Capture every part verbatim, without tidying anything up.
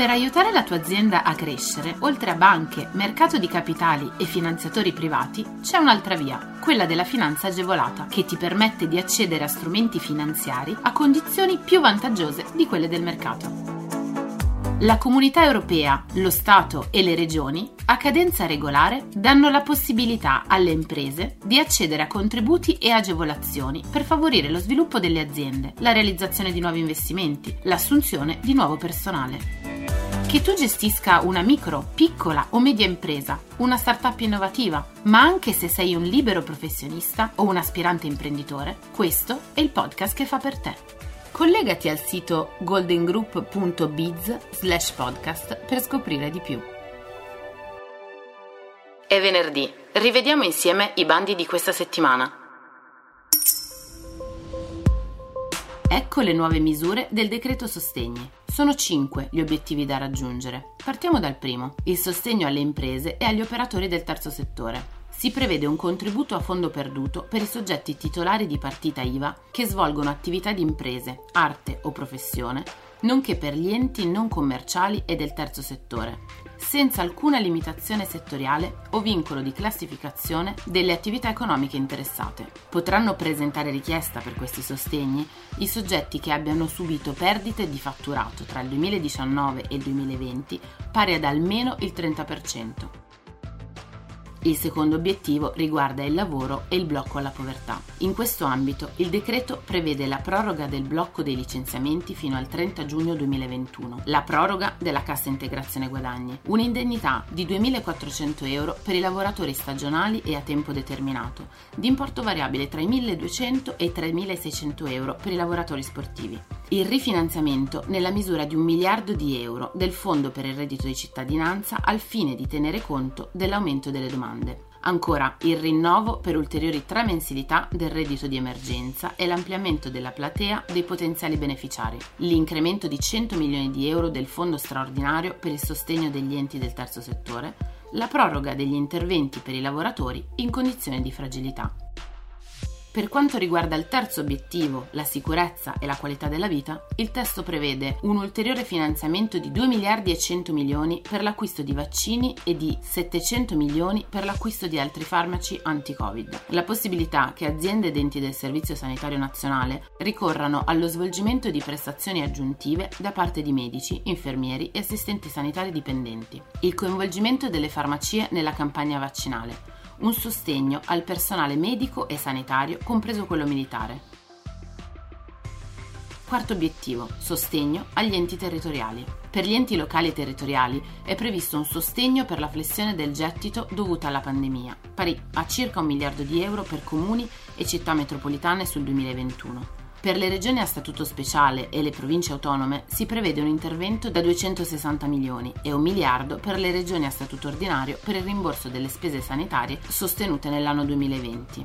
Per aiutare la tua azienda a crescere, oltre a banche, mercato di capitali e finanziatori privati, c'è un'altra via, quella della finanza agevolata, che ti permette di accedere a strumenti finanziari a condizioni più vantaggiose di quelle del mercato. La Comunità Europea, lo Stato e le Regioni, a cadenza regolare, danno la possibilità alle imprese di accedere a contributi e agevolazioni per favorire lo sviluppo delle aziende, la realizzazione di nuovi investimenti, l'assunzione di nuovo personale. Che tu gestisca una micro, piccola o media impresa, una startup innovativa, ma anche se sei un libero professionista o un aspirante imprenditore, questo è il podcast che fa per te. Collegati al sito goldengroup punto biz slash podcast per scoprire di più. È venerdì, rivediamo insieme i bandi di questa settimana. Ecco le nuove misure del decreto sostegni. Sono cinque gli obiettivi da raggiungere. Partiamo dal primo, il sostegno alle imprese e agli operatori del terzo settore. Si prevede un contributo a fondo perduto per i soggetti titolari di partita I V A che svolgono attività di imprese, arte o professione, nonché per gli enti non commerciali e del terzo settore, senza alcuna limitazione settoriale o vincolo di classificazione delle attività economiche interessate. Potranno presentare richiesta per questi sostegni i soggetti che abbiano subito perdite di fatturato tra il duemiladiciannove e il duemilaventi pari ad almeno il trenta per cento. Il secondo obiettivo riguarda il lavoro e il blocco alla povertà. In questo ambito, il decreto prevede la proroga del blocco dei licenziamenti fino al trenta giugno duemilaventuno, la proroga della cassa integrazione guadagni, un'indennità di duemilaquattrocento euro per i lavoratori stagionali e a tempo determinato, di importo variabile tra i milleduecento e i tremilaseicento euro per i lavoratori sportivi. Il rifinanziamento nella misura di un miliardo di euro del Fondo per il reddito di cittadinanza al fine di tenere conto dell'aumento delle domande. Ancora, il rinnovo per ulteriori tre mensilità del reddito di emergenza e l'ampliamento della platea dei potenziali beneficiari, l'incremento di cento milioni di euro del fondo straordinario per il sostegno degli enti del terzo settore, la proroga degli interventi per i lavoratori in condizioni di fragilità. Per quanto riguarda il terzo obiettivo, la sicurezza e la qualità della vita, il testo prevede un ulteriore finanziamento di due miliardi e cento milioni per l'acquisto di vaccini e di settecento milioni per l'acquisto di altri farmaci anti-Covid. La possibilità che aziende ed enti del Servizio Sanitario Nazionale ricorrano allo svolgimento di prestazioni aggiuntive da parte di medici, infermieri e assistenti sanitari dipendenti. Il coinvolgimento delle farmacie nella campagna vaccinale. Un sostegno al personale medico e sanitario, compreso quello militare. Quarto obiettivo, sostegno agli enti territoriali. Per gli enti locali e territoriali è previsto un sostegno per la flessione del gettito dovuta alla pandemia, pari a circa un miliardo di euro per comuni e città metropolitane sul duemilaventuno. Per le regioni a statuto speciale e le province autonome si prevede un intervento da duecentosessanta milioni e un miliardo per le regioni a statuto ordinario per il rimborso delle spese sanitarie sostenute nell'anno duemilaventi.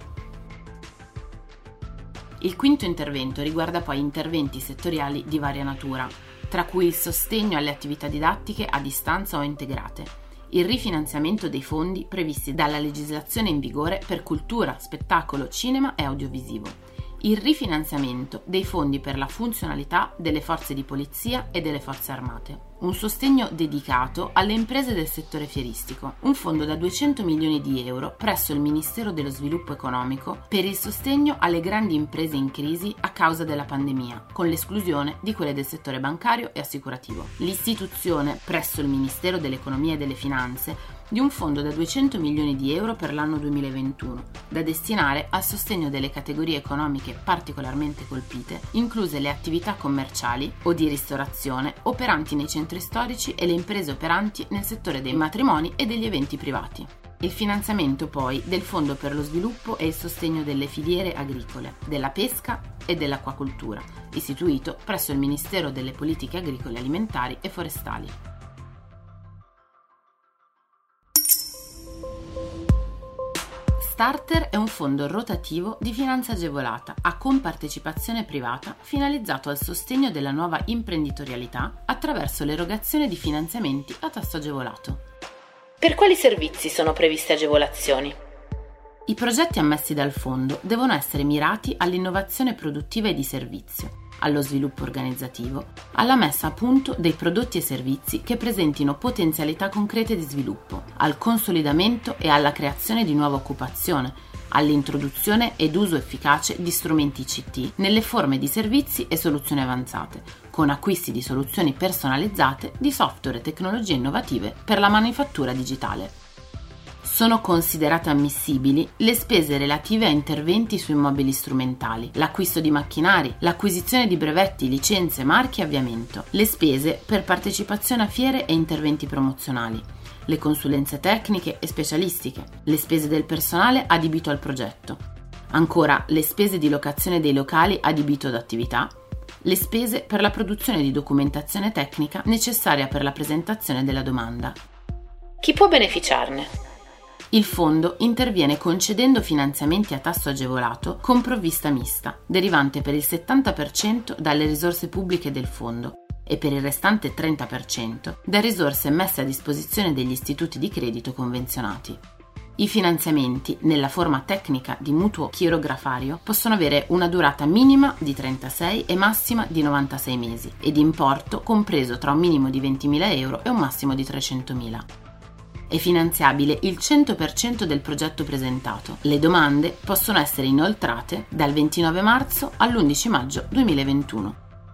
Il quinto intervento riguarda poi interventi settoriali di varia natura, tra cui il sostegno alle attività didattiche a distanza o integrate, il rifinanziamento dei fondi previsti dalla legislazione in vigore per cultura, spettacolo, cinema e audiovisivo, il rifinanziamento dei fondi per la funzionalità delle forze di polizia e delle forze armate, un sostegno dedicato alle imprese del settore fieristico, un fondo da duecento milioni di euro presso il Ministero dello Sviluppo Economico per il sostegno alle grandi imprese in crisi a causa della pandemia, con l'esclusione di quelle del settore bancario e assicurativo, l'istituzione presso il Ministero dell'Economia e delle Finanze di un fondo da duecento milioni di euro per l'anno duemilaventuno, da destinare al sostegno delle categorie economiche particolarmente colpite, incluse le attività commerciali o di ristorazione operanti nei centri storici e le imprese operanti nel settore dei matrimoni e degli eventi privati. Il finanziamento poi del Fondo per lo sviluppo e il sostegno delle filiere agricole, della pesca e dell'acquacoltura, istituito presso il Ministero delle Politiche Agricole Alimentari e Forestali. Starter è un fondo rotativo di finanza agevolata a compartecipazione privata finalizzato al sostegno della nuova imprenditorialità attraverso l'erogazione di finanziamenti a tasso agevolato. Per quali servizi sono previste agevolazioni? I progetti ammessi dal fondo devono essere mirati all'innovazione produttiva e di servizio, allo sviluppo organizzativo, alla messa a punto dei prodotti e servizi che presentino potenzialità concrete di sviluppo, al consolidamento e alla creazione di nuova occupazione, all'introduzione ed uso efficace di strumenti I C T nelle forme di servizi e soluzioni avanzate, con acquisti di soluzioni personalizzate di software e tecnologie innovative per la manifattura digitale. Sono considerate ammissibili le spese relative a interventi su immobili strumentali, l'acquisto di macchinari, l'acquisizione di brevetti, licenze, marchi e avviamento, le spese per partecipazione a fiere e interventi promozionali, le consulenze tecniche e specialistiche, le spese del personale adibito al progetto, ancora le spese di locazione dei locali adibito ad attività, le spese per la produzione di documentazione tecnica necessaria per la presentazione della domanda. Chi può beneficiarne? Il fondo interviene concedendo finanziamenti a tasso agevolato con provvista mista, derivante per il settanta per cento dalle risorse pubbliche del fondo e per il restante trenta per cento da risorse messe a disposizione degli istituti di credito convenzionati. I finanziamenti, nella forma tecnica di mutuo chirografario, possono avere una durata minima di trentasei e massima di novantasei mesi e di importo compreso tra un minimo di ventimila euro e un massimo di trecentomila. È finanziabile il cento per cento del progetto presentato. Le domande possono essere inoltrate dal ventinove marzo all'undici maggio duemilaventuno.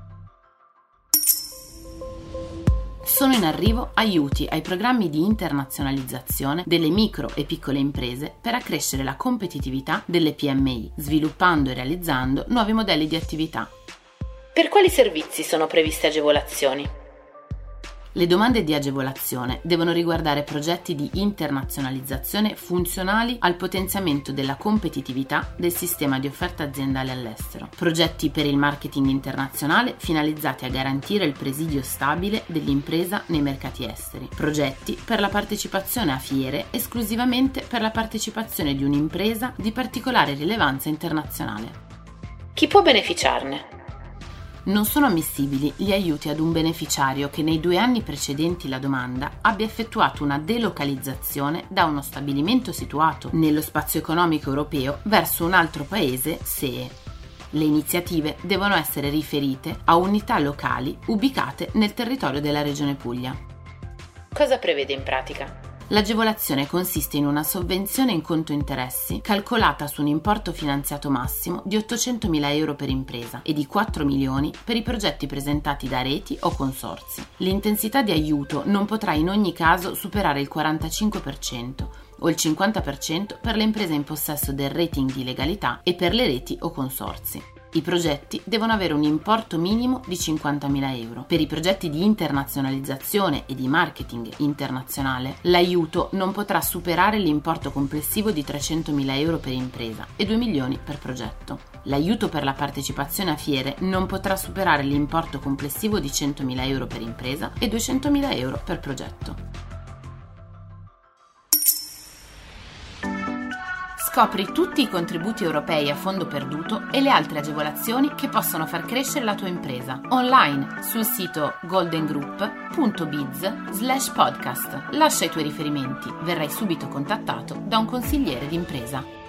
Sono in arrivo aiuti ai programmi di internazionalizzazione delle micro e piccole imprese per accrescere la competitività delle P M I, sviluppando e realizzando nuovi modelli di attività. Per quali servizi sono previste agevolazioni? Le domande di agevolazione devono riguardare progetti di internazionalizzazione funzionali al potenziamento della competitività del sistema di offerta aziendale all'estero, progetti per il marketing internazionale finalizzati a garantire il presidio stabile dell'impresa nei mercati esteri, progetti per la partecipazione a fiere esclusivamente per la partecipazione di un'impresa di particolare rilevanza internazionale. Chi può beneficiarne? Non sono ammissibili gli aiuti ad un beneficiario che nei due anni precedenti la domanda abbia effettuato una delocalizzazione da uno stabilimento situato nello spazio economico europeo verso un altro paese S E E. Le iniziative devono essere riferite a unità locali ubicate nel territorio della Regione Puglia. Cosa prevede in pratica? L'agevolazione consiste in una sovvenzione in conto interessi calcolata su un importo finanziato massimo di ottocentomila euro per impresa e di quattro milioni per i progetti presentati da reti o consorzi. L'intensità di aiuto non potrà in ogni caso superare il quarantacinque per cento o il cinquanta per cento per le imprese in possesso del rating di legalità e per le reti o consorzi. I progetti devono avere un importo minimo di cinquantamila euro. Per i progetti di internazionalizzazione e di marketing internazionale, l'aiuto non potrà superare l'importo complessivo di trecentomila euro per impresa e due milioni per progetto. L'aiuto per la partecipazione a fiere non potrà superare l'importo complessivo di centomila euro per impresa e duecentomila euro per progetto. Scopri tutti i contributi europei a fondo perduto e le altre agevolazioni che possono far crescere la tua impresa online sul sito goldengroup punto biz slash podcast. Lascia i tuoi riferimenti, verrai subito contattato da un consigliere d'impresa.